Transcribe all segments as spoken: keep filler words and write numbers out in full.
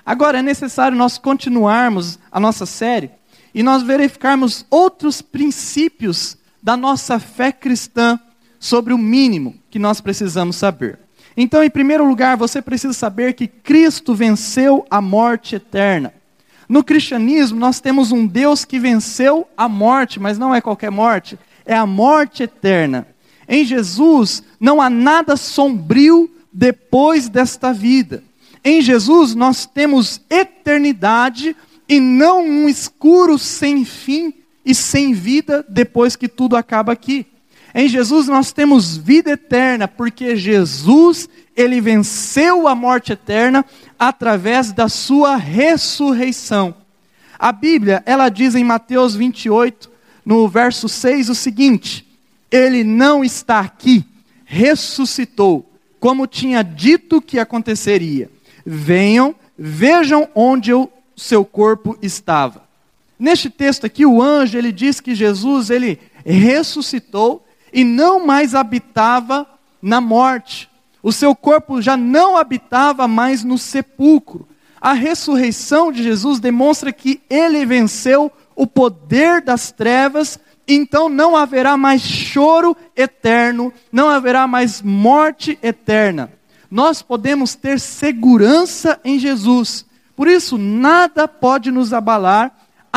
Agora, é necessário nós continuarmos a nossa série e nós verificarmos outros princípios da nossa fé cristã sobre o mínimo que nós precisamos saber. Então, em primeiro lugar, você precisa saber que Cristo venceu a morte eterna. No cristianismo, nós temos um Deus que venceu a morte, mas não é qualquer morte, é a morte eterna. Em Jesus, não há nada sombrio depois desta vida. Em Jesus, nós temos eternidade e não um escuro sem fim e sem vida depois que tudo acaba aqui. Em Jesus nós temos vida eterna, porque Jesus, ele venceu a morte eterna através da sua ressurreição. A Bíblia, ela diz em Mateus vinte e oito, no verso seis, o seguinte: ele não está aqui, ressuscitou, como tinha dito que aconteceria. Venham, vejam onde o seu corpo estava. Neste texto aqui, o anjo, ele diz que Jesus, ele ressuscitou e não mais habitava na morte. O seu corpo já não habitava mais no sepulcro. A ressurreição de Jesus demonstra que ele venceu o poder das trevas, então não haverá mais choro eterno, não haverá mais morte eterna. Nós podemos ter segurança em Jesus. Por isso, nada pode nos abalar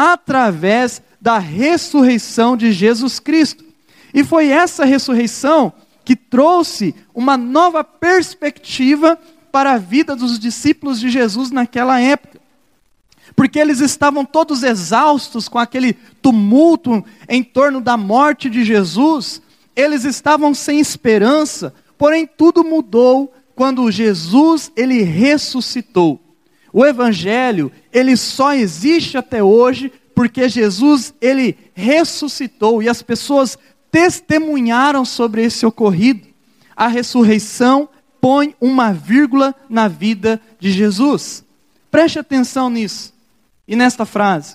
através da ressurreição de Jesus Cristo. E foi essa ressurreição que trouxe uma nova perspectiva para a vida dos discípulos de Jesus naquela época. Porque eles estavam todos exaustos com aquele tumulto em torno da morte de Jesus. Eles estavam sem esperança, porém tudo mudou quando Jesus, ele ressuscitou. O Evangelho, ele só existe até hoje porque Jesus, ele ressuscitou e as pessoas testemunharam sobre esse ocorrido. A ressurreição põe uma vírgula na vida de Jesus. Preste atenção nisso e nesta frase.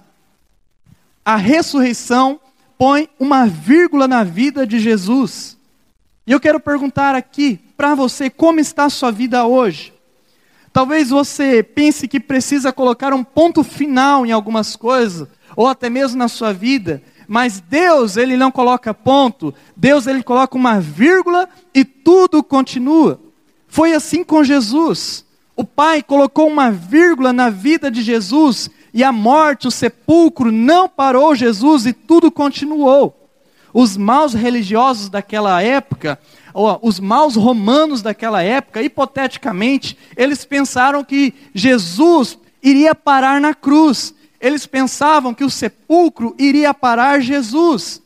A ressurreição põe uma vírgula na vida de Jesus. E eu quero perguntar aqui para você, como está a sua vida hoje? Talvez você pense que precisa colocar um ponto final em algumas coisas, ou até mesmo na sua vida, mas Deus, ele não coloca ponto, Deus, ele coloca uma vírgula e tudo continua. Foi assim com Jesus. O Pai colocou uma vírgula na vida de Jesus e a morte, o sepulcro não parou Jesus e tudo continuou. Os maus religiosos daquela época, ou os maus romanos daquela época, hipoteticamente, eles pensaram que Jesus iria parar na cruz. Eles pensavam que o sepulcro iria parar Jesus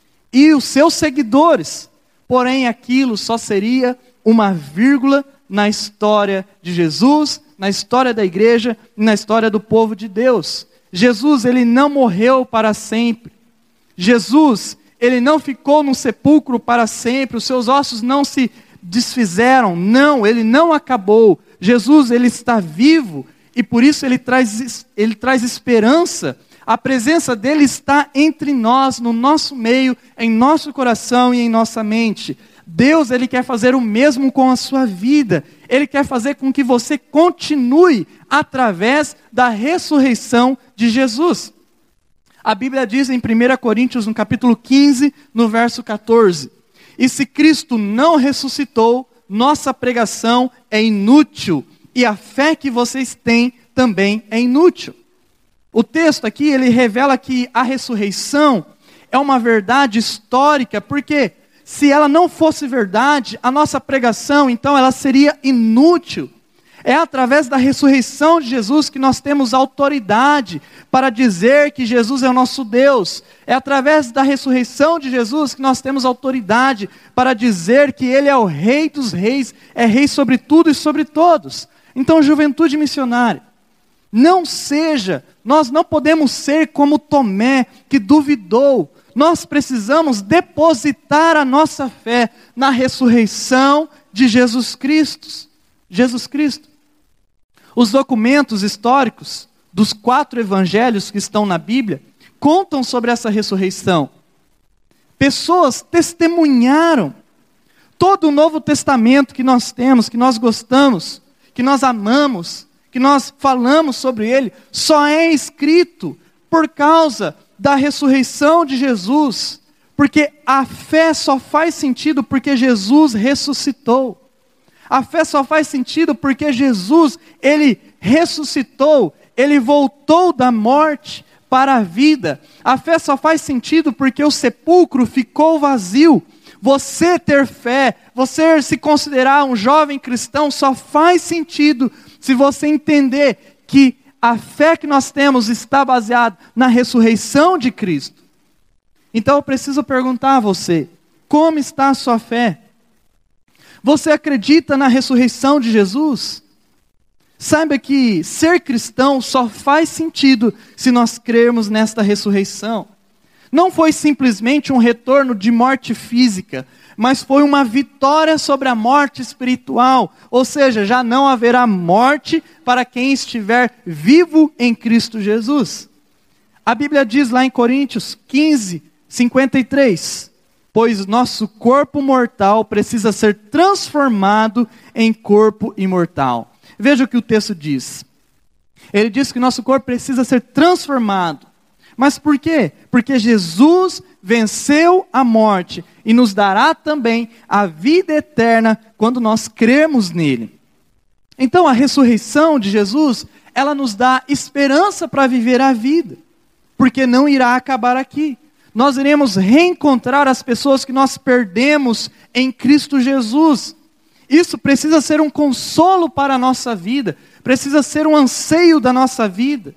e os seus seguidores. Porém, aquilo só seria uma vírgula na história de Jesus, na história da igreja e na história do povo de Deus. Jesus, ele não morreu para sempre. Jesus, ele não ficou no sepulcro para sempre. Os seus ossos não se desfizeram. Não, ele não acabou. Jesus, ele está vivo. E por isso ele traz, ele traz esperança. A presença dele está entre nós, no nosso meio, em nosso coração e em nossa mente. Deus, ele quer fazer o mesmo com a sua vida. Ele quer fazer com que você continue através da ressurreição de Jesus. A Bíblia diz em primeira Coríntios, no capítulo quinze, no verso quatorze. E se Cristo não ressuscitou, nossa pregação é inútil. E a fé que vocês têm também é inútil. O texto aqui, ele revela que a ressurreição é uma verdade histórica, porque se ela não fosse verdade, a nossa pregação, então, ela seria inútil. É através da ressurreição de Jesus que nós temos autoridade para dizer que Jesus é o nosso Deus. É através da ressurreição de Jesus que nós temos autoridade para dizer que Ele é o Rei dos Reis, é Rei sobre tudo e sobre todos. Então, juventude missionária, não seja, nós não podemos ser como Tomé, que duvidou. Nós precisamos depositar a nossa fé na ressurreição de Jesus Cristo. Jesus Cristo. Os documentos históricos dos quatro evangelhos que estão na Bíblia contam sobre essa ressurreição. Pessoas testemunharam. Todo o Novo Testamento que nós temos, que nós gostamos, que nós amamos, que nós falamos sobre ele, só é escrito por causa da ressurreição de Jesus. Porque a fé só faz sentido porque Jesus ressuscitou. A fé só faz sentido porque Jesus, ele ressuscitou, ele voltou da morte para a vida. A fé só faz sentido porque o sepulcro ficou vazio. Você ter fé, você se considerar um jovem cristão, só faz sentido se você entender que a fé que nós temos está baseada na ressurreição de Cristo. Então eu preciso perguntar a você, como está a sua fé? Você acredita na ressurreição de Jesus? Saiba que ser cristão só faz sentido se nós crermos nesta ressurreição. Não foi simplesmente um retorno de morte física, mas foi uma vitória sobre a morte espiritual. Ou seja, já não haverá morte para quem estiver vivo em Cristo Jesus. A Bíblia diz lá em Coríntios quinze, cinquenta e três, pois nosso corpo mortal precisa ser transformado em corpo imortal. Veja o que o texto diz. Ele diz que nosso corpo precisa ser transformado. Mas por quê? Porque Jesus venceu a morte e nos dará também a vida eterna quando nós crermos nele. Então a ressurreição de Jesus, ela nos dá esperança para viver a vida, porque não irá acabar aqui. Nós iremos reencontrar as pessoas que nós perdemos em Cristo Jesus. Isso precisa ser um consolo para a nossa vida, precisa ser um anseio da nossa vida.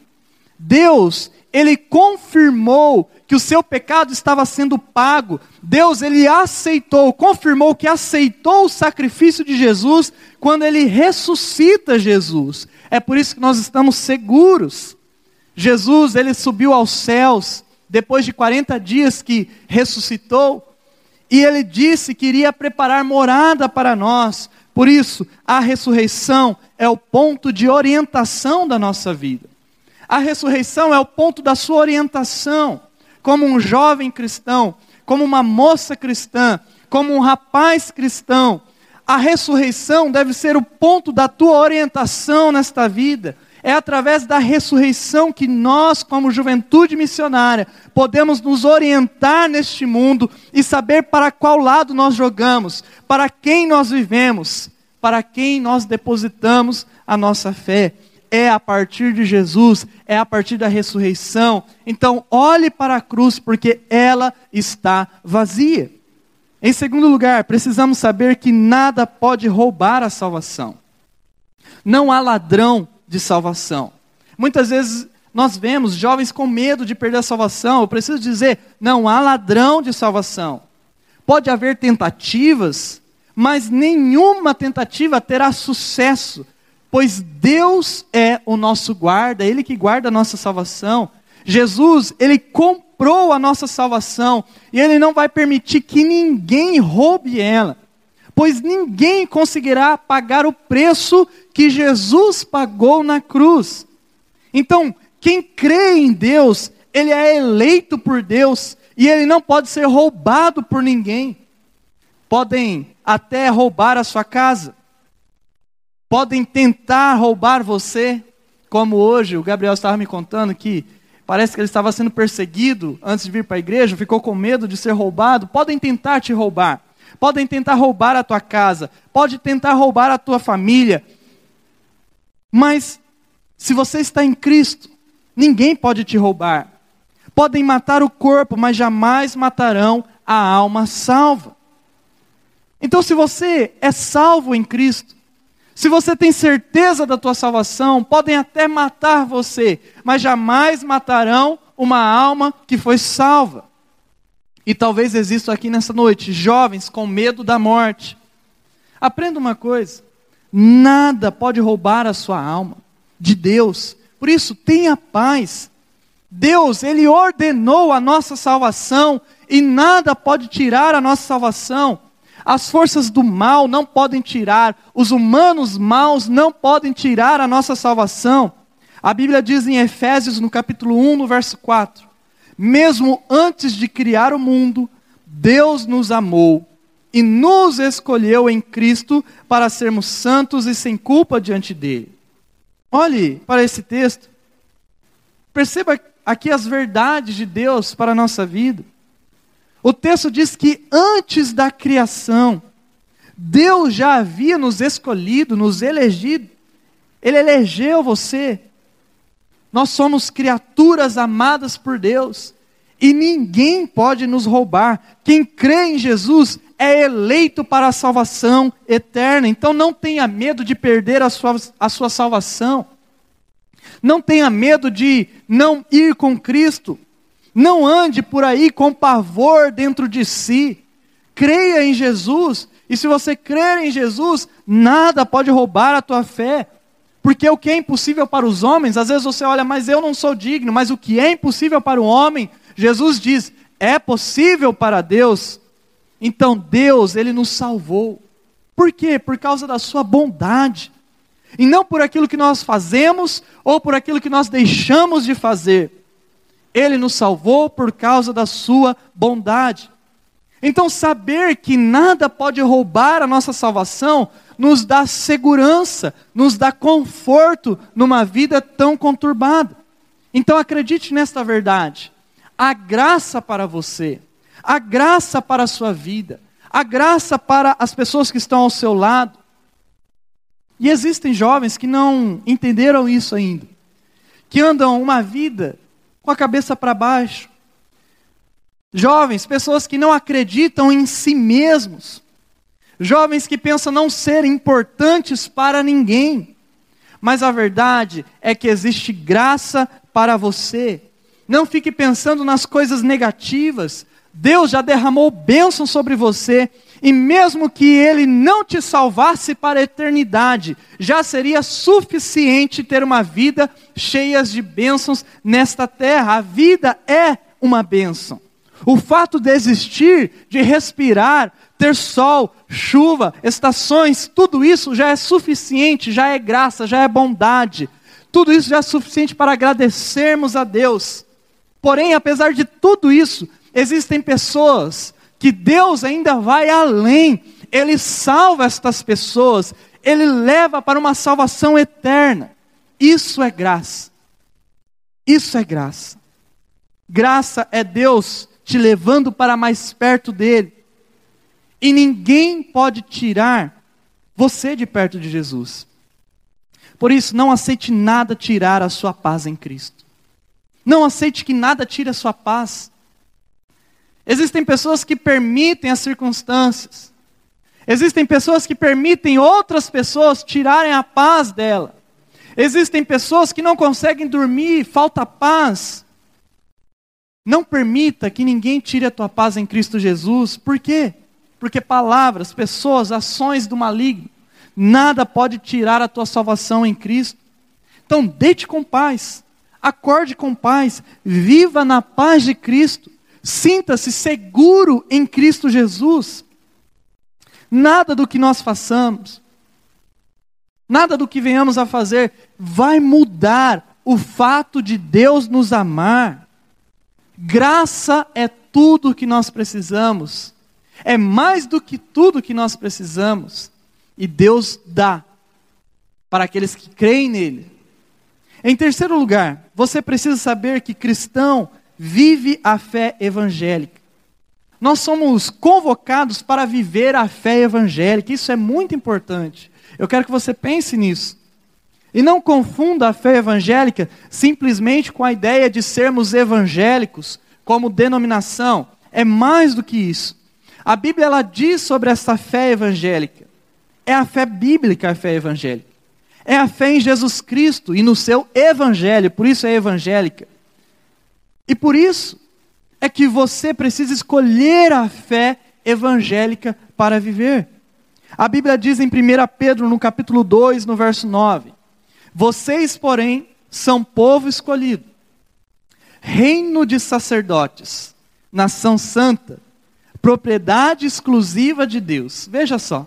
Deus, Ele confirmou que o seu pecado estava sendo pago. Deus, Ele aceitou, confirmou que aceitou o sacrifício de Jesus quando Ele ressuscita Jesus. É por isso que nós estamos seguros. Jesus, Ele subiu aos céus, depois de quarenta dias que ressuscitou, e Ele disse que iria preparar morada para nós. Por isso, a ressurreição é o ponto de orientação da nossa vida. A ressurreição é o ponto da sua orientação, como um jovem cristão, como uma moça cristã, como um rapaz cristão. A ressurreição deve ser o ponto da tua orientação nesta vida. É através da ressurreição que nós, como juventude missionária, podemos nos orientar neste mundo e saber para qual lado nós jogamos, para quem nós vivemos, para quem nós depositamos a nossa fé. É a partir de Jesus, é a partir da ressurreição. Então, olhe para a cruz, porque ela está vazia. Em segundo lugar, precisamos saber que nada pode roubar a salvação. Não há ladrão de salvação. Muitas vezes nós vemos jovens com medo de perder a salvação. Eu preciso dizer, não há ladrão de salvação. Pode haver tentativas, mas nenhuma tentativa terá sucesso. Pois Deus é o nosso guarda, Ele que guarda a nossa salvação. Jesus, Ele comprou a nossa salvação, e Ele não vai permitir que ninguém roube ela, pois ninguém conseguirá pagar o preço que Jesus pagou na cruz. Então, quem crê em Deus, ele é eleito por Deus, e ele não pode ser roubado por ninguém. Podem até roubar a sua casa, podem tentar roubar você, como hoje o Gabriel estava me contando que parece que ele estava sendo perseguido antes de vir para a igreja, ficou com medo de ser roubado. Podem tentar te roubar, podem tentar roubar a tua casa, pode tentar roubar a tua família. Mas se você está em Cristo, ninguém pode te roubar. Podem matar o corpo, mas jamais matarão a alma salva. Então, se você é salvo em Cristo, se você tem certeza da tua salvação, podem até matar você, mas jamais matarão uma alma que foi salva. E talvez existam aqui nessa noite jovens com medo da morte. Aprenda uma coisa, nada pode roubar a sua alma de Deus. Por isso, tenha paz. Deus, Ele ordenou a nossa salvação e nada pode tirar a nossa salvação. As forças do mal não podem tirar, os humanos maus não podem tirar a nossa salvação. A Bíblia diz em Efésios, no capítulo um, no verso quatro, mesmo antes de criar o mundo, Deus nos amou e nos escolheu em Cristo para sermos santos e sem culpa diante dele. Olhe para esse texto. Perceba aqui as verdades de Deus para a nossa vida. O texto diz que antes da criação, Deus já havia nos escolhido, nos elegido. Ele elegeu você. Nós somos criaturas amadas por Deus. E ninguém pode nos roubar. Quem crê em Jesus é eleito para a salvação eterna. Então não tenha medo de perder a sua, a sua salvação. Não tenha medo de não ir com Cristo. Não ande por aí com pavor dentro de si. Creia em Jesus. E se você crer em Jesus, nada pode roubar a tua fé. Porque o que é impossível para os homens, às vezes você olha, mas eu não sou digno. Mas o que é impossível para o homem, Jesus diz, é possível para Deus. Então Deus, Ele nos salvou. Por quê? Por causa da sua bondade. E não por aquilo que nós fazemos ou por aquilo que nós deixamos de fazer. Ele nos salvou por causa da sua bondade. Então saber que nada pode roubar a nossa salvação nos dá segurança, nos dá conforto numa vida tão conturbada. Então acredite nesta verdade. A graça para você, a graça para a sua vida, a graça para as pessoas que estão ao seu lado. E existem jovens que não entenderam isso ainda, que andam uma vida com a cabeça para baixo. Jovens, pessoas que não acreditam em si mesmos. Jovens que pensam não ser importantes para ninguém. Mas a verdade é que existe graça para você. Não fique pensando nas coisas negativas. Deus já derramou bênção sobre você. E mesmo que Ele não te salvasse para a eternidade, já seria suficiente ter uma vida cheia de bênçãos nesta terra. A vida é uma bênção. O fato de existir, de respirar, ter sol, chuva, estações, tudo isso já é suficiente, já é graça, já é bondade. Tudo isso já é suficiente para agradecermos a Deus. Porém, apesar de tudo isso, existem pessoas que Deus ainda vai além. Ele salva estas pessoas, Ele leva para uma salvação eterna. Isso é graça. Isso é graça. Graça é Deus te levando para mais perto dEle. E ninguém pode tirar você de perto de Jesus. Por isso, não aceite nada tirar a sua paz em Cristo. Não aceite que nada tire a sua paz. Existem pessoas que permitem as circunstâncias. Existem pessoas que permitem outras pessoas tirarem a paz dela. Existem pessoas que não conseguem dormir, falta paz. Não permita que ninguém tire a tua paz em Cristo Jesus. Por quê? Porque palavras, pessoas, ações do maligno, nada pode tirar a tua salvação em Cristo. Então deite com paz, acorde com paz, viva na paz de Cristo. Sinta-se seguro em Cristo Jesus. Nada do que nós façamos, nada do que venhamos a fazer, vai mudar o fato de Deus nos amar. Graça é tudo o que nós precisamos. É mais do que tudo que nós precisamos. E Deus dá para aqueles que creem nele. Em terceiro lugar, você precisa saber que cristão vive a fé evangélica. Nós somos convocados para viver a fé evangélica. Isso é muito importante. Eu quero que você pense nisso. E não confunda a fé evangélica simplesmente com a ideia de sermos evangélicos como denominação. É mais do que isso. A Bíblia ela diz sobre essa fé evangélica. É a fé bíblica a fé evangélica. É a fé em Jesus Cristo e no seu evangelho. Por isso é evangélica. E por isso é que você precisa escolher a fé evangélica para viver. A Bíblia diz em primeira Pedro, no capítulo dois, no verso nove. Vocês, porém, são povo escolhido, reino de sacerdotes, nação santa, propriedade exclusiva de Deus. Veja só,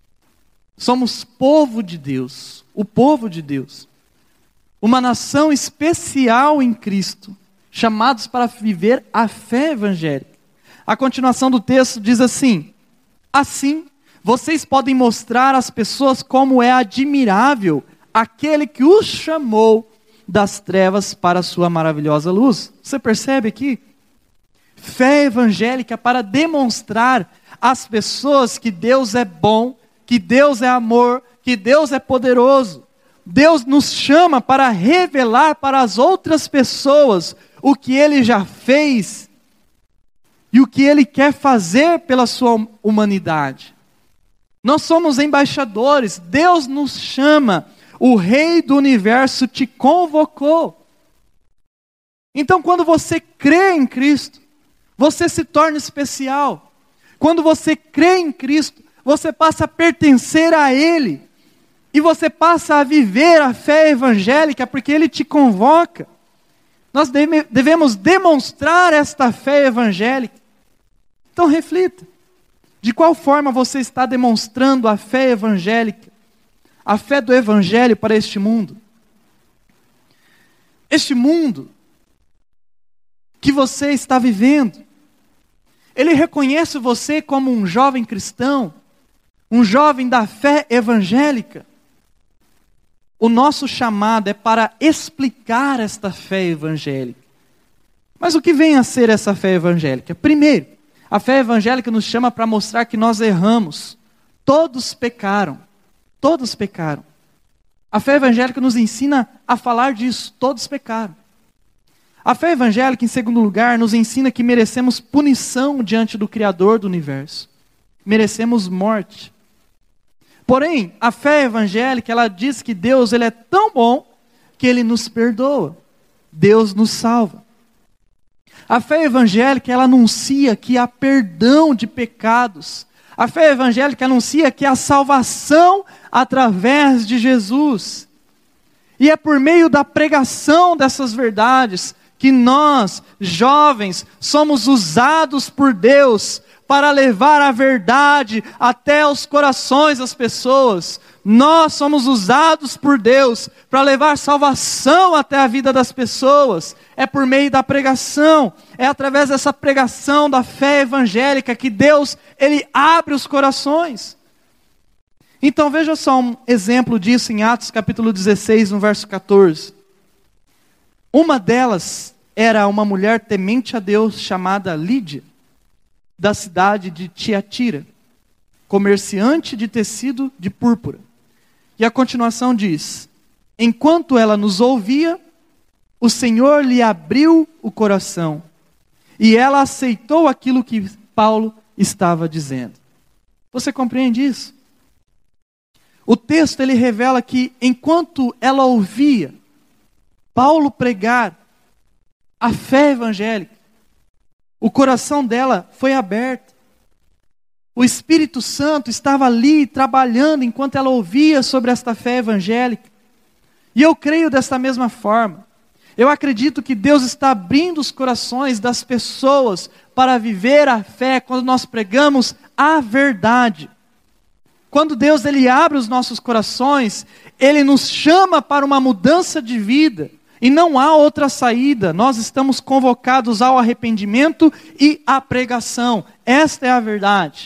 somos povo de Deus, o povo de Deus, uma nação especial em Cristo, chamados para viver a fé evangélica. A continuação do texto diz assim: assim, vocês podem mostrar às pessoas como é admirável aquele que os chamou das trevas para a sua maravilhosa luz. Você percebe aqui? Fé evangélica para demonstrar às pessoas que Deus é bom, que Deus é amor, que Deus é poderoso. Deus nos chama para revelar para as outras pessoas o que Ele já fez e o que Ele quer fazer pela sua humanidade. Nós somos embaixadores, Deus nos chama, o Rei do Universo te convocou. Então, quando você crê em Cristo, você se torna especial. Quando você crê em Cristo, você passa a pertencer a Ele. E você passa a viver a fé evangélica porque Ele te convoca. Nós deve, devemos demonstrar esta fé evangélica. Então reflita. De qual forma você está demonstrando a fé evangélica? A fé do Evangelho para este mundo? Este mundo que você está vivendo, ele reconhece você como um jovem cristão, um jovem da fé evangélica. O nosso chamado é para explicar esta fé evangélica. Mas o que vem a ser essa fé evangélica? Primeiro, a fé evangélica nos chama para mostrar que nós erramos. Todos pecaram. Todos pecaram. A fé evangélica nos ensina a falar disso. Todos pecaram. A fé evangélica, em segundo lugar, nos ensina que merecemos punição diante do Criador do universo. Merecemos morte. Porém, a fé evangélica, ela diz que Deus ele é tão bom que Ele nos perdoa. Deus nos salva. A fé evangélica, ela anuncia que há perdão de pecados. A fé evangélica anuncia que há salvação através de Jesus. E é por meio da pregação dessas verdades que nós, jovens, somos usados por Deus para levar a verdade até os corações das pessoas. Nós somos usados por Deus para levar salvação até a vida das pessoas. É por meio da pregação, é através dessa pregação da fé evangélica que Deus, Ele abre os corações. Então veja só um exemplo disso em Atos capítulo dezesseis, no verso quatorze. Uma delas era uma mulher temente a Deus chamada Lídia, da cidade de Tiatira, comerciante de tecido de púrpura. E a continuação diz: enquanto ela nos ouvia, o Senhor lhe abriu o coração, e ela aceitou aquilo que Paulo estava dizendo. Você compreende isso? O texto ele revela que enquanto ela ouvia Paulo pregar a fé evangélica, o coração dela foi aberto. O Espírito Santo estava ali trabalhando enquanto ela ouvia sobre esta fé evangélica. E eu creio desta mesma forma. Eu acredito que Deus está abrindo os corações das pessoas para viver a fé quando nós pregamos a verdade. Quando Deus ele abre os nossos corações, Ele nos chama para uma mudança de vida. E não há outra saída. Nós estamos convocados ao arrependimento e à pregação. Esta é a verdade.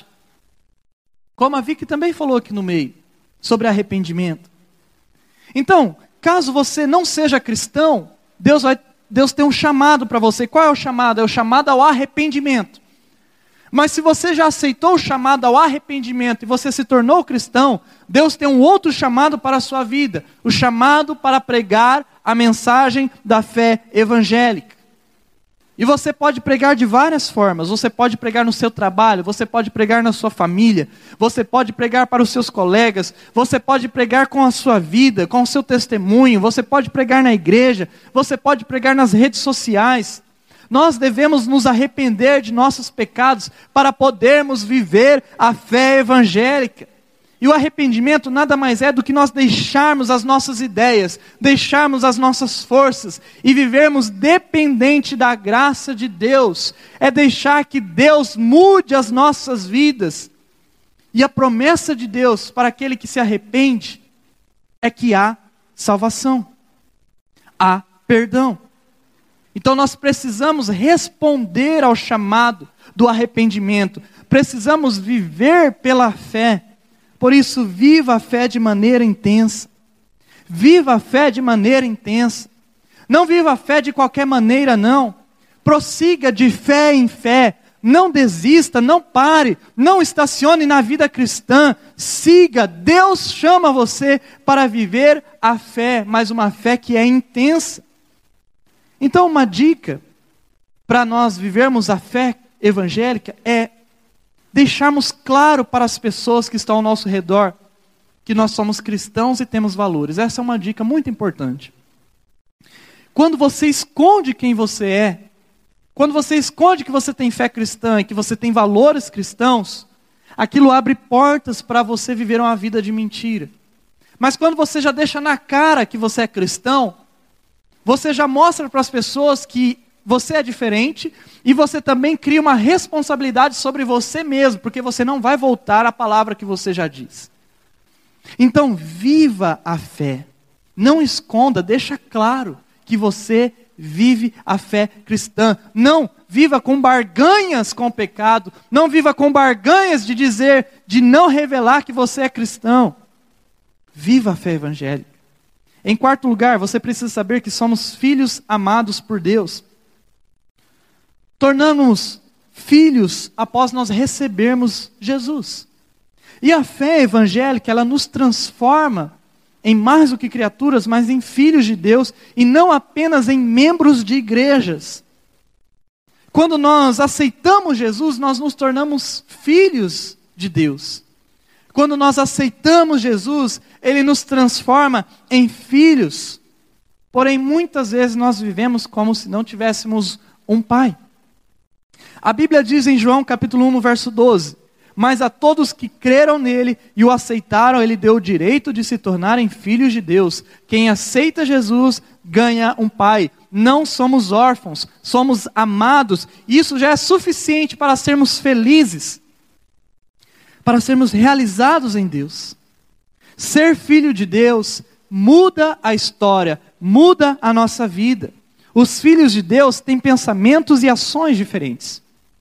Como a Vicky também falou aqui no meio, sobre arrependimento. Então, caso você não seja cristão, Deus, vai, Deus tem um chamado para você. Qual é o chamado? É o chamado ao arrependimento. Mas se você já aceitou o chamado ao arrependimento e você se tornou cristão, Deus tem um outro chamado para a sua vida. O chamado para pregar a mensagem da fé evangélica. E você pode pregar de várias formas. Você pode pregar no seu trabalho, você pode pregar na sua família, você pode pregar para os seus colegas, você pode pregar com a sua vida, com o seu testemunho, você pode pregar na igreja, você pode pregar nas redes sociais. Nós devemos nos arrepender de nossos pecados para podermos viver a fé evangélica. E o arrependimento nada mais é do que nós deixarmos as nossas ideias, deixarmos as nossas forças e vivermos dependente da graça de Deus. É deixar que Deus mude as nossas vidas. E a promessa de Deus para aquele que se arrepende é que há salvação, há perdão. Então nós precisamos responder ao chamado do arrependimento. Precisamos viver pela fé. Por isso, viva a fé de maneira intensa. Viva a fé de maneira intensa. Não viva a fé de qualquer maneira, não. Prossiga de fé em fé. Não desista, não pare, não estacione na vida cristã. Siga, Deus chama você para viver a fé, mas uma fé que é intensa. Então, uma dica para nós vivermos a fé evangélica é deixarmos claro para as pessoas que estão ao nosso redor que nós somos cristãos e temos valores. Essa é uma dica muito importante. Quando você esconde quem você é, quando você esconde que você tem fé cristã e que você tem valores cristãos, aquilo abre portas para você viver uma vida de mentira. Mas quando você já deixa na cara que você é cristão, você já mostra para as pessoas que você é diferente e você também cria uma responsabilidade sobre você mesmo, porque você não vai voltar à palavra que você já diz. Então, viva a fé. Não esconda, deixa claro que você vive a fé cristã. Não viva com barganhas com o pecado. Não viva com barganhas de dizer, de não revelar que você é cristão. Viva a fé evangélica. Em quarto lugar, você precisa saber que somos filhos amados por Deus. Tornamos filhos após nós recebermos Jesus. E a fé evangélica, ela nos transforma em mais do que criaturas, mas em filhos de Deus, e não apenas em membros de igrejas. Quando nós aceitamos Jesus, nós nos tornamos filhos de Deus. Quando nós aceitamos Jesus, Ele nos transforma em filhos. Porém, muitas vezes nós vivemos como se não tivéssemos um pai. A Bíblia diz em João capítulo um, no verso doze, mas a todos que creram nele e o aceitaram, ele deu o direito de se tornarem filhos de Deus. Quem aceita Jesus ganha um pai. Não somos órfãos, somos amados. Isso já é suficiente para sermos felizes, para sermos realizados em Deus. Ser filho de Deus muda a história, muda a nossa vida. Os filhos de Deus têm pensamentos e ações diferentes.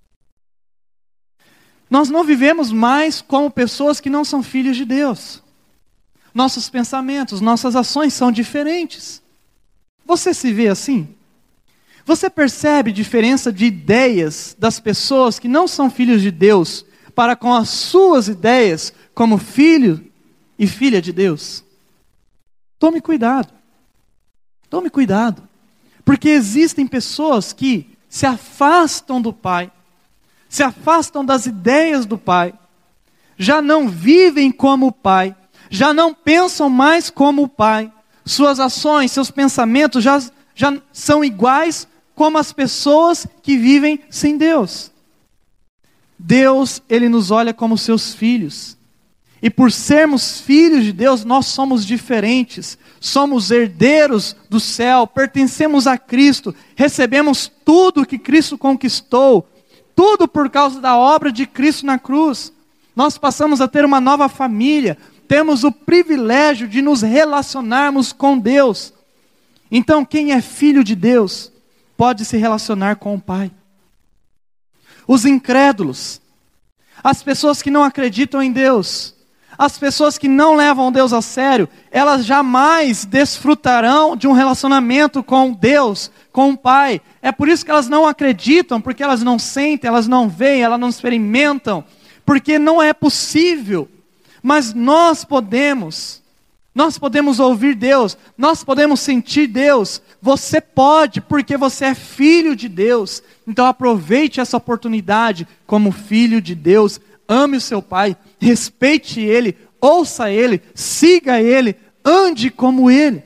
Nós não vivemos mais como pessoas que não são filhos de Deus. Nossos pensamentos, nossas ações são diferentes. Você se vê assim? Você percebe diferença de ideias das pessoas que não são filhos de Deus para com as suas ideias como filho e filha de Deus? Tome cuidado. Tome cuidado. Porque existem pessoas que se afastam do Pai, se afastam das ideias do Pai, já não vivem como o Pai, já não pensam mais como o Pai, suas ações, seus pensamentos já, já são iguais como as pessoas que vivem sem Deus. Deus, Ele nos olha como seus filhos, e por sermos filhos de Deus, nós somos diferentes, somos herdeiros do céu, pertencemos a Cristo, recebemos tudo que Cristo conquistou, tudo por causa da obra de Cristo na cruz. Nós passamos a ter uma nova família, temos o privilégio de nos relacionarmos com Deus. Então, quem é filho de Deus pode se relacionar com o Pai. Os incrédulos, as pessoas que não acreditam em Deus, as pessoas que não levam Deus a sério, elas jamais desfrutarão de um relacionamento com Deus, com o Pai. É por isso que elas não acreditam, porque elas não sentem, elas não veem, elas não experimentam, porque não é possível. Mas nós podemos, nós podemos ouvir Deus, nós podemos sentir Deus. Você pode, porque você é filho de Deus. Então aproveite essa oportunidade como filho de Deus. Ame o seu pai, respeite ele, ouça ele, siga ele, ande como ele.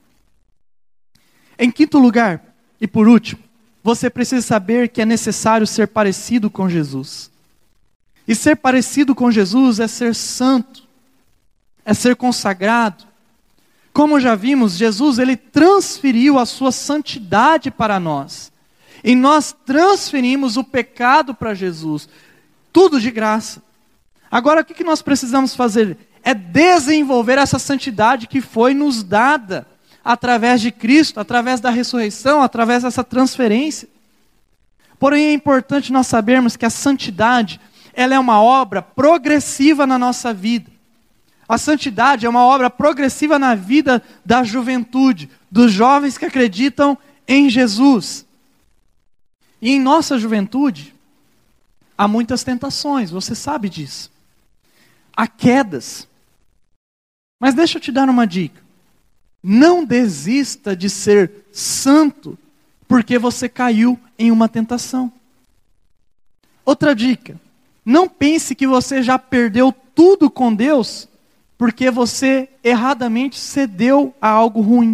Em quinto lugar, e por último, você precisa saber que é necessário ser parecido com Jesus. E ser parecido com Jesus é ser santo, é ser consagrado. Como já vimos, Jesus, ele transferiu a sua santidade para nós. E nós transferimos o pecado para Jesus. Tudo de graça. Agora, o que nós precisamos fazer? É desenvolver essa santidade que foi nos dada através de Cristo, através da ressurreição, através dessa transferência. Porém, é importante nós sabermos que a santidade, ela é uma obra progressiva na nossa vida. A santidade é uma obra progressiva na vida da juventude, dos jovens que acreditam em Jesus. E em nossa juventude, há muitas tentações, você sabe disso. Há quedas. Mas deixa eu te dar uma dica. Não desista de ser santo porque você caiu em uma tentação. Outra dica. Não pense que você já perdeu tudo com Deus porque você erradamente cedeu a algo ruim.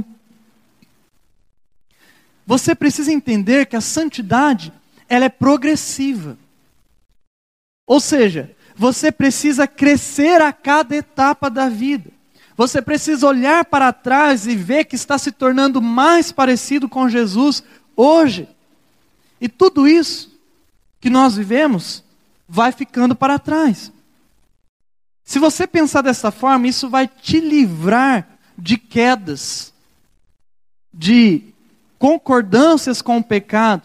Você precisa entender que a santidade, ela é progressiva. Ou seja, você precisa crescer a cada etapa da vida. Você precisa olhar para trás e ver que está se tornando mais parecido com Jesus hoje. E tudo isso que nós vivemos vai ficando para trás. Se você pensar dessa forma, isso vai te livrar de quedas, de concordâncias com o pecado.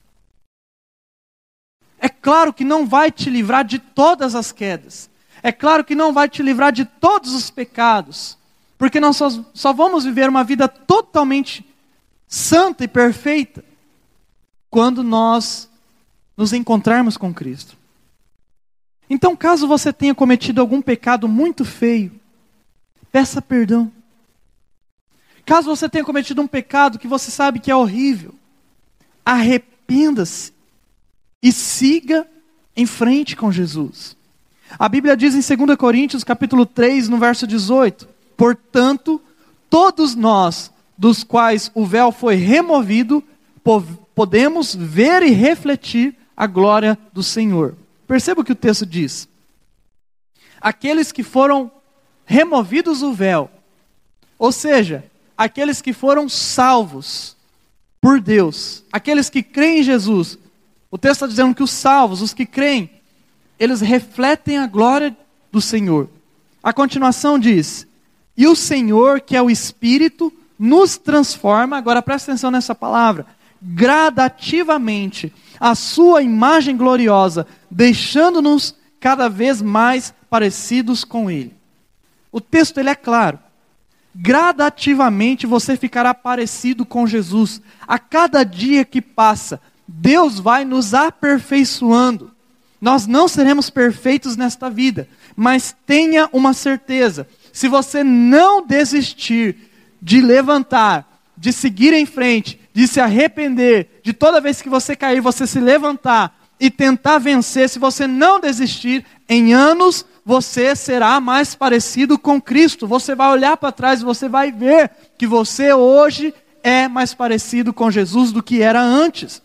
É claro que não vai te livrar de todas as quedas. É claro que não vai te livrar de todos os pecados. Porque nós só, só vamos viver uma vida totalmente santa e perfeita quando nós nos encontrarmos com Cristo. Então, caso você tenha cometido algum pecado muito feio, peça perdão. Caso você tenha cometido um pecado que você sabe que é horrível, arrependa-se e siga em frente com Jesus. A Bíblia diz em segunda Coríntios, capítulo três, no verso dezoito, portanto, todos nós, dos quais o véu foi removido, podemos ver e refletir a glória do Senhor. Perceba o que o texto diz. Aqueles que foram removidos o véu, ou seja, aqueles que foram salvos por Deus, aqueles que creem em Jesus. O texto está dizendo que os salvos, os que creem, eles refletem a glória do Senhor. A continuação diz, e o Senhor, que é o Espírito, nos transforma, agora presta atenção nessa palavra, gradativamente, a sua imagem gloriosa, deixando-nos cada vez mais parecidos com Ele. O texto ele é claro. Gradativamente você ficará parecido com Jesus. A cada dia que passa, Deus vai nos aperfeiçoando. Nós não seremos perfeitos nesta vida, mas tenha uma certeza, se você não desistir de levantar, de seguir em frente, de se arrepender, de toda vez que você cair, você se levantar e tentar vencer, se você não desistir, em anos você será mais parecido com Cristo. Você vai olhar para trás e você vai ver que você hoje é mais parecido com Jesus do que era antes.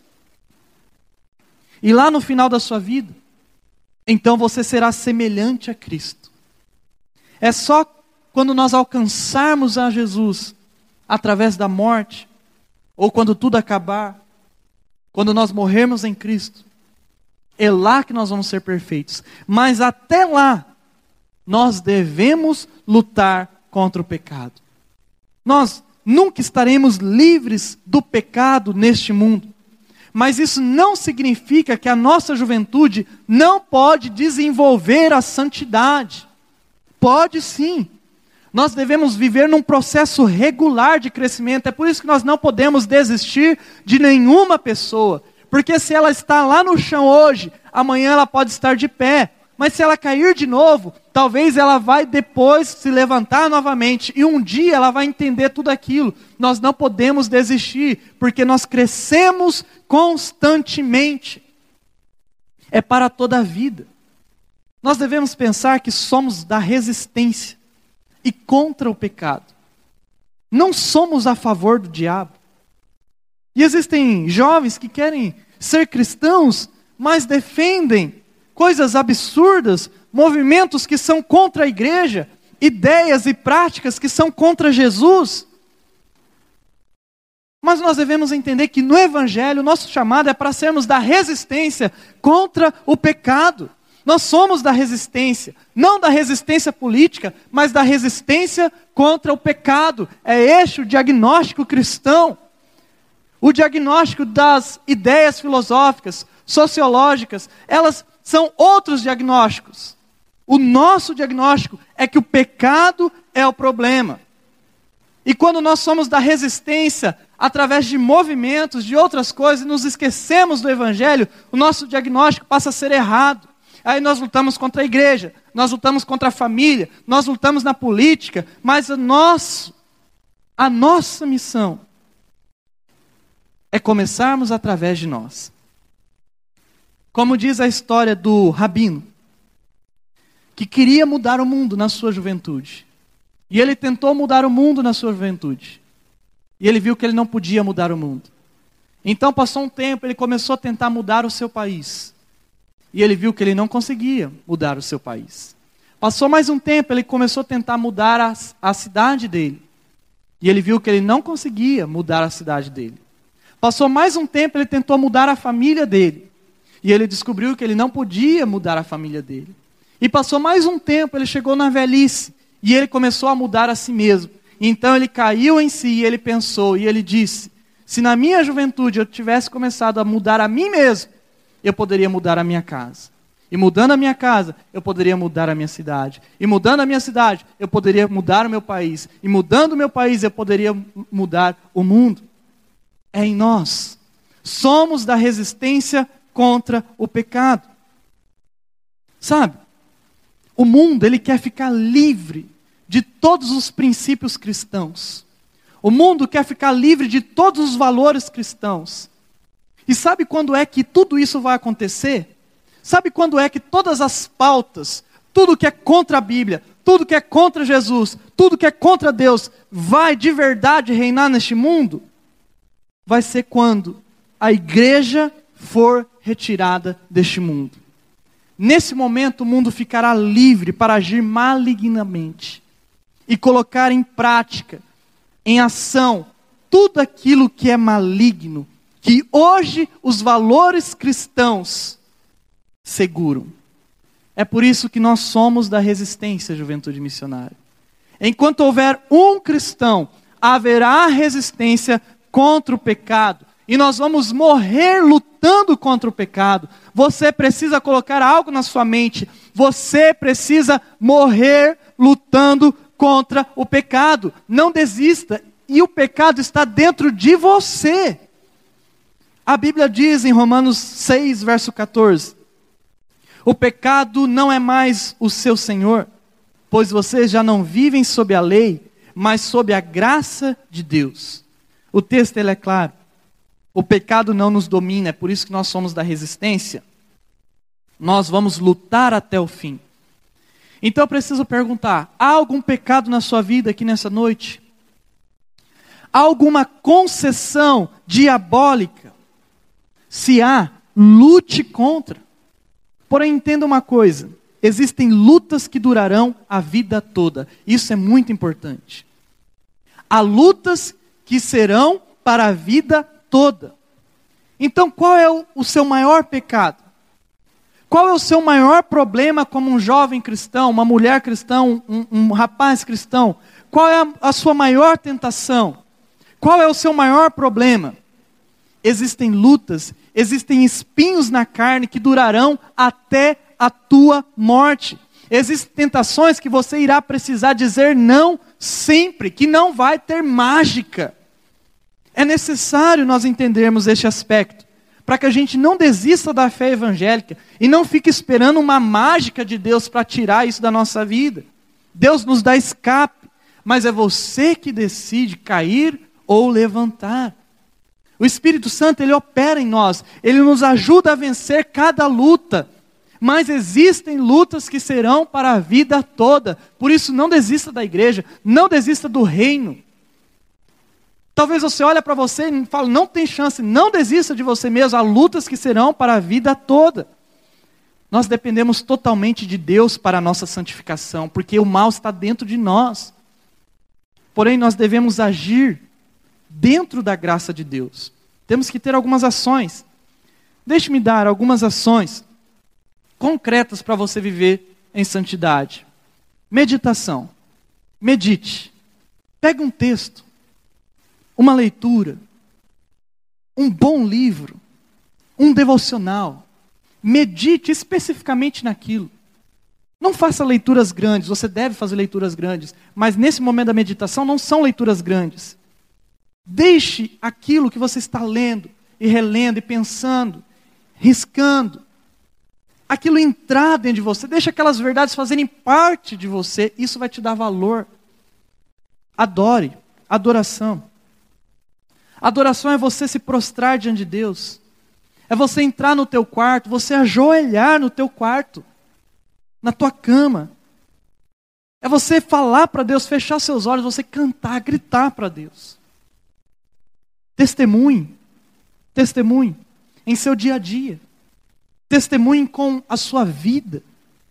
E lá no final da sua vida, então você será semelhante a Cristo. É só quando nós alcançarmos a Jesus, através da morte, ou quando tudo acabar, quando nós morrermos em Cristo, é lá que nós vamos ser perfeitos. Mas até lá, nós devemos lutar contra o pecado. Nós nunca estaremos livres do pecado neste mundo. Mas isso não significa que a nossa juventude não pode desenvolver a santidade. Pode sim. Nós devemos viver num processo regular de crescimento. É por isso que nós não podemos desistir de nenhuma pessoa. Porque se ela está lá no chão hoje, amanhã ela pode estar de pé. Mas se ela cair de novo, talvez ela vai depois se levantar novamente. E um dia ela vai entender tudo aquilo. Nós não podemos desistir, porque nós crescemos constantemente. É para toda a vida. Nós devemos pensar que somos da resistência e contra o pecado. Não somos a favor do diabo. E existem jovens que querem ser cristãos, mas defendem coisas absurdas, movimentos que são contra a igreja, ideias e práticas que são contra Jesus. Mas nós devemos entender que no Evangelho, nosso chamado é para sermos da resistência contra o pecado. Nós somos da resistência, não da resistência política, mas da resistência contra o pecado. É este o diagnóstico cristão. O diagnóstico das ideias filosóficas, sociológicas, elas são outros diagnósticos. O nosso diagnóstico é que o pecado é o problema. E quando nós somos da resistência, através de movimentos, de outras coisas, e nos esquecemos do Evangelho, o nosso diagnóstico passa a ser errado. Aí nós lutamos contra a igreja, nós lutamos contra a família, nós lutamos na política, mas o nosso, a nossa missão é começarmos através de nós. Como diz a história do Rabino, que queria mudar o mundo na sua juventude. E ele tentou mudar o mundo na sua juventude. E ele viu que ele não podia mudar o mundo. Então passou um tempo, ele começou a tentar mudar o seu país. E ele viu que ele não conseguia mudar o seu país. Passou mais um tempo, ele começou a tentar mudar a, a cidade dele. E ele viu que ele não conseguia mudar a cidade dele. Passou mais um tempo, ele tentou mudar a família dele. E ele descobriu que ele não podia mudar a família dele. E passou mais um tempo, ele chegou na velhice. E ele começou a mudar a si mesmo. Então ele caiu em si e ele pensou. E ele disse, se na minha juventude eu tivesse começado a mudar a mim mesmo, eu poderia mudar a minha casa. E mudando a minha casa, eu poderia mudar a minha cidade. E mudando a minha cidade, eu poderia mudar o meu país. E mudando o meu país, eu poderia mudar o mundo. É em nós. Somos da resistência contra o pecado. Sabe? O mundo, ele quer ficar livre de todos os princípios cristãos. O mundo quer ficar livre de todos os valores cristãos. E sabe quando é que tudo isso vai acontecer? Sabe quando é que todas as pautas, tudo que é contra a Bíblia, tudo que é contra Jesus, tudo que é contra Deus, vai de verdade reinar neste mundo? Vai ser quando a igreja for retirada deste mundo. Nesse momento o mundo ficará livre para agir malignamente e colocar em prática, em ação, tudo aquilo que é maligno, que hoje os valores cristãos seguram. É por isso que nós somos da resistência, Juventude Missionária. Enquanto houver um cristão, haverá resistência contra o pecado. E nós vamos morrer lutando contra o pecado. Você precisa colocar algo na sua mente. Você precisa morrer lutando contra o pecado. Não desista. E o pecado está dentro de você. A Bíblia diz em Romanos seis, verso catorze. O pecado não é mais o seu senhor, pois vocês já não vivem sob a lei, mas sob a graça de Deus. O texto ele é claro. O pecado não nos domina, é por isso que nós somos da resistência. Nós vamos lutar até o fim. Então eu preciso perguntar, há algum pecado na sua vida aqui nessa noite? Há alguma concessão diabólica? Se há, lute contra. Porém, entenda uma coisa, existem lutas que durarão a vida toda. Isso é muito importante. Há lutas que serão para a vida toda. Então, qual é o, o seu maior pecado? Qual é o seu maior problema como um jovem cristão, uma mulher cristã, um, um rapaz cristão? Qual é a, a sua maior tentação? Qual é o seu maior problema? Existem lutas, existem espinhos na carne que durarão até a tua morte. Existem tentações que você irá precisar dizer não sempre, que não vai ter mágica. É necessário nós entendermos este aspecto, para que a gente não desista da fé evangélica e não fique esperando uma mágica de Deus para tirar isso da nossa vida. Deus nos dá escape, mas é você que decide cair ou levantar. O Espírito Santo, ele opera em nós, ele nos ajuda a vencer cada luta, mas existem lutas que serão para a vida toda. Por isso, não desista da igreja, não desista do reino. Talvez você olhe para você e fale, não tem chance, não desista de você mesmo, há lutas que serão para a vida toda. Nós dependemos totalmente de Deus para a nossa santificação, porque o mal está dentro de nós. Porém, nós devemos agir dentro da graça de Deus. Temos que ter algumas ações. Deixe-me dar algumas ações concretas para você viver em santidade. Meditação. Medite. Pegue um texto, uma leitura, um bom livro, um devocional. Medite especificamente naquilo. Não faça leituras grandes, você deve fazer leituras grandes, mas nesse momento da meditação não são leituras grandes. Deixe aquilo que você está lendo, e relendo, e pensando, riscando, aquilo entrar dentro de você, deixa aquelas verdades fazerem parte de você, isso vai te dar valor. Adore, adoração. Adoração é você se prostrar diante de Deus, é você entrar no teu quarto, você ajoelhar no teu quarto, na tua cama, é você falar para Deus, fechar seus olhos, você cantar, gritar para Deus. Testemunhe, testemunhe em seu dia a dia. Testemunhe com a sua vida.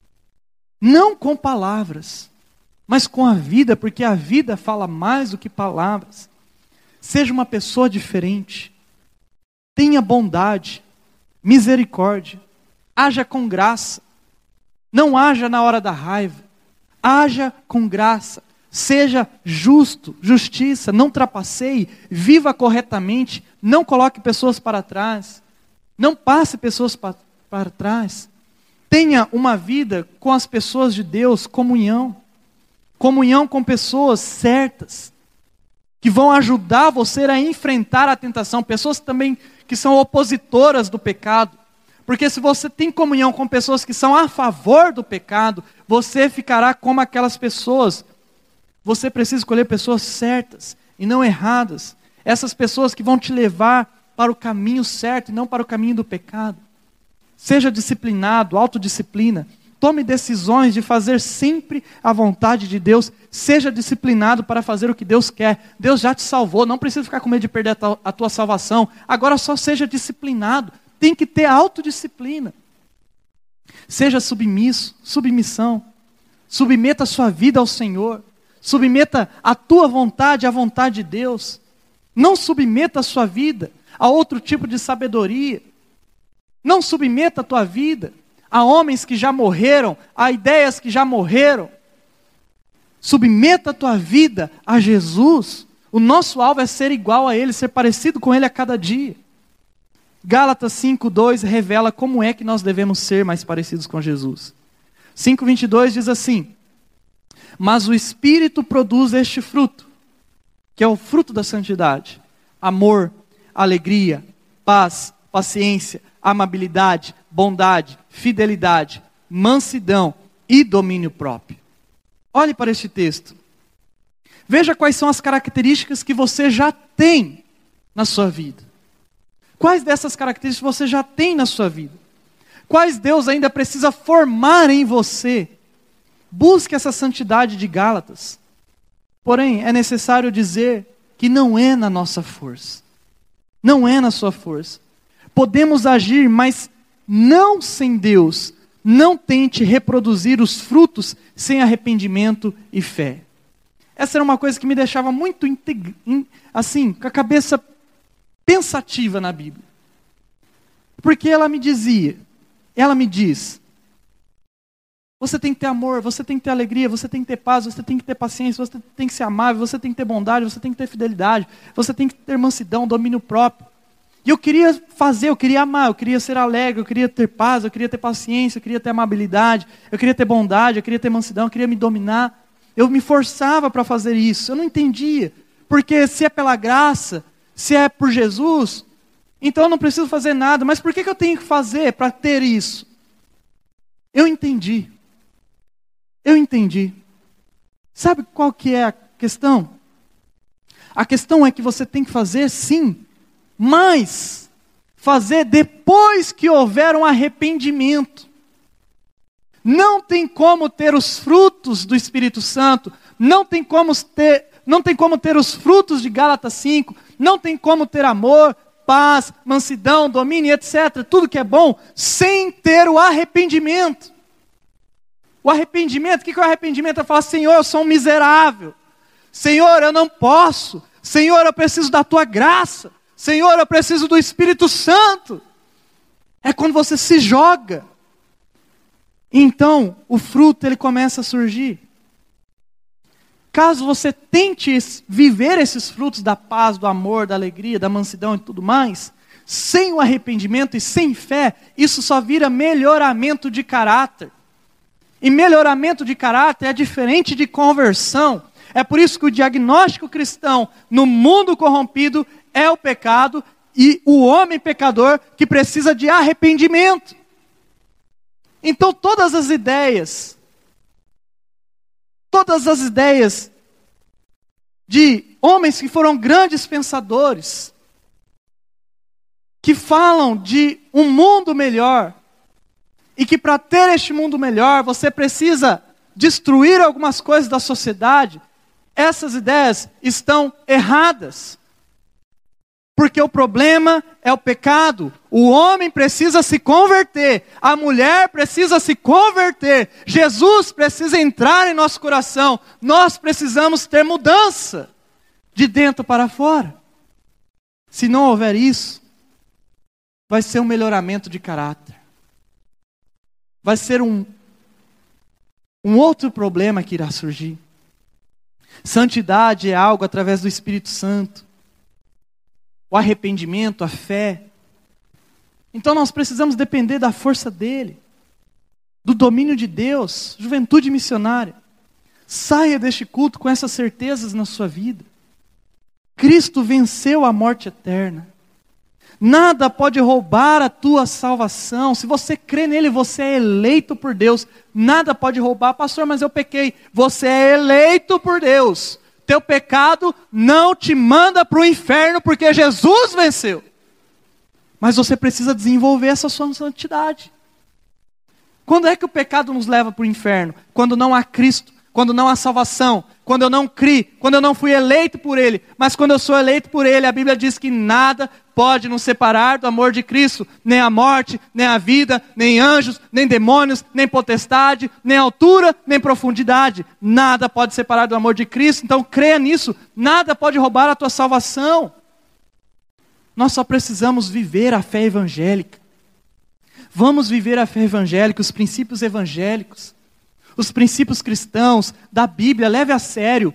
Não com palavras, mas com a vida, porque a vida fala mais do que palavras. Seja uma pessoa diferente. Tenha bondade, misericórdia. Haja com graça. Não haja na hora da raiva. Haja com graça. Seja justo, justiça, não trapaceie, viva corretamente, não coloque pessoas para trás, não passe pessoas para, para trás. Tenha uma vida com as pessoas de Deus, comunhão. Comunhão com pessoas certas, que vão ajudar você a enfrentar a tentação. Pessoas também que são opositoras do pecado. Porque se você tem comunhão com pessoas que são a favor do pecado, você ficará como aquelas pessoas. Você precisa escolher pessoas certas e não erradas. Essas pessoas que vão te levar para o caminho certo e não para o caminho do pecado. Seja disciplinado, autodisciplina. Tome decisões de fazer sempre a vontade de Deus. Seja disciplinado para fazer o que Deus quer. Deus já te salvou, não precisa ficar com medo de perder a tua, a tua salvação. Agora só seja disciplinado. Tem que ter autodisciplina. Seja submisso, submissão. Submeta a sua vida ao Senhor. Submeta a tua vontade à vontade de Deus. Não submeta a sua vida a outro tipo de sabedoria. Não submeta a tua vida a homens que já morreram, a ideias que já morreram. Submeta a tua vida a Jesus. O nosso alvo é ser igual a Ele, ser parecido com Ele a cada dia. Gálatas cinco, dois revela como é que nós devemos ser mais parecidos com Jesus. cinco, vinte e dois diz assim: mas o Espírito produz este fruto, que é o fruto da santidade: amor, alegria, paz, paciência, amabilidade, bondade, fidelidade, mansidão e domínio próprio. Olhe para este texto. Veja quais são as características que você já tem na sua vida. Quais dessas características você já tem na sua vida? Quais Deus ainda precisa formar em você? Busque essa santidade de Gálatas. Porém, é necessário dizer que não é na nossa força. Não é na sua força. Podemos agir, mas não sem Deus. Não tente reproduzir os frutos sem arrependimento e fé. Essa era uma coisa que me deixava muito integ... assim, com a cabeça pensativa na Bíblia. Porque ela me dizia, ela me diz: você tem que ter amor, você tem que ter alegria, você tem que ter paz, você tem que ter paciência, você tem que ser amável, você tem que ter bondade, você tem que ter fidelidade, você tem que ter mansidão, domínio próprio. E eu queria fazer, eu queria amar, eu queria ser alegre, eu queria ter paz, eu queria ter paciência, eu queria ter amabilidade, eu queria ter bondade, eu queria ter mansidão, eu queria me dominar. Eu me forçava para fazer isso, eu não entendia. Porque se é pela graça, se é por Jesus, então eu não preciso fazer nada. Mas por que que eu tenho que fazer para ter isso? Eu entendi. Eu entendi. Sabe qual que é a questão? A questão é que você tem que fazer sim, mas fazer depois que houver um arrependimento. Não tem como ter os frutos do Espírito Santo, não tem como ter, não tem como ter os frutos de Gálatas cinco, não tem como ter amor, paz, mansidão, domínio, etcétera. Tudo que é bom, sem ter o arrependimento. O arrependimento, o que é o arrependimento? É falar: Senhor, eu sou um miserável. Senhor, eu não posso. Senhor, eu preciso da tua graça. Senhor, eu preciso do Espírito Santo. É quando você se joga. Então, o fruto ele começa a surgir. Caso você tente viver esses frutos da paz, do amor, da alegria, da mansidão e tudo mais, sem o arrependimento e sem fé, isso só vira melhoramento de caráter. E melhoramento de caráter é diferente de conversão. É por isso que o diagnóstico cristão no mundo corrompido é o pecado e o homem pecador que precisa de arrependimento. Então todas as ideias, todas as ideias de homens que foram grandes pensadores, que falam de um mundo melhor, e que para ter este mundo melhor, você precisa destruir algumas coisas da sociedade, essas ideias estão erradas. Porque o problema é o pecado. O homem precisa se converter, a mulher precisa se converter, Jesus precisa entrar em nosso coração, nós precisamos ter mudança de dentro para fora. Se não houver isso, vai ser um melhoramento de caráter. Vai ser um, um outro problema que irá surgir. Santidade é algo através do Espírito Santo. O arrependimento, a fé. Então nós precisamos depender da força dele, do domínio de Deus. Juventude missionária, saia deste culto com essas certezas na sua vida. Cristo venceu a morte eterna. Nada pode roubar a tua salvação. Se você crê nele, você é eleito por Deus. Nada pode roubar. Pastor, mas eu pequei. Você é eleito por Deus. Teu pecado não te manda para o inferno, porque Jesus venceu. Mas você precisa desenvolver essa sua santidade. Quando é que o pecado nos leva para o inferno? Quando não há Cristo, quando não há salvação, quando eu não criei, quando eu não fui eleito por Ele. Mas quando eu sou eleito por Ele, a Bíblia diz que nada pode nos separar do amor de Cristo. Nem a morte, nem a vida, nem anjos, nem demônios, nem potestade, nem altura, nem profundidade. Nada pode separar do amor de Cristo. Então creia nisso. Nada pode roubar a tua salvação. Nós só precisamos viver a fé evangélica. Vamos viver a fé evangélica, os princípios evangélicos, os princípios cristãos da Bíblia, leve a sério.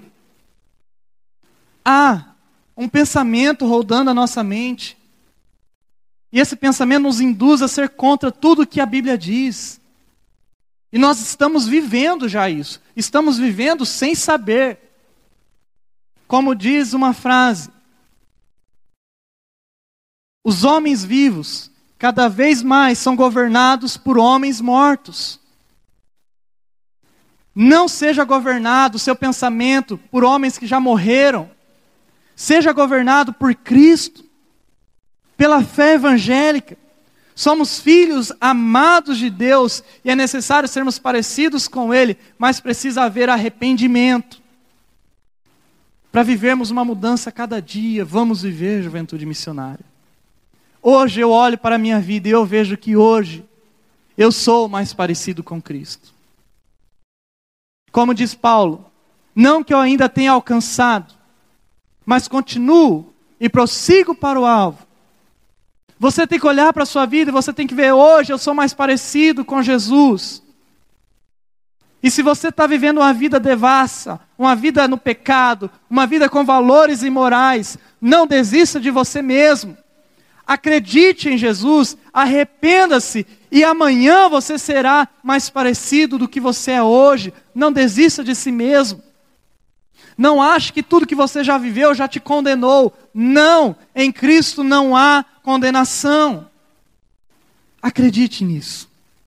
Há um pensamento rodando a nossa mente. E esse pensamento nos induz a ser contra tudo que a Bíblia diz. E nós estamos vivendo já isso. Estamos vivendo sem saber. Como diz uma frase: os homens vivos cada vez mais são governados por homens mortos. Não seja governado o seu pensamento por homens que já morreram. Seja governado por Cristo, pela fé evangélica. Somos filhos amados de Deus e é necessário sermos parecidos com Ele, mas precisa haver arrependimento. Para vivermos uma mudança a cada dia, vamos viver juventude missionária. Hoje eu olho para a minha vida e eu vejo que hoje eu sou mais parecido com Cristo. Como diz Paulo, não que eu ainda tenha alcançado, mas continuo e prossigo para o alvo. Você tem que olhar para a sua vida e você tem que ver, hoje eu sou mais parecido com Jesus. E se você está vivendo uma vida devassa, uma vida no pecado, uma vida com valores imorais, não desista de você mesmo. Acredite em Jesus, arrependa-se e amanhã você será mais parecido do que você é hoje. Não desista de si mesmo. Não ache que tudo que você já viveu já te condenou. Não, em Cristo não há condenação. Acredite nisso.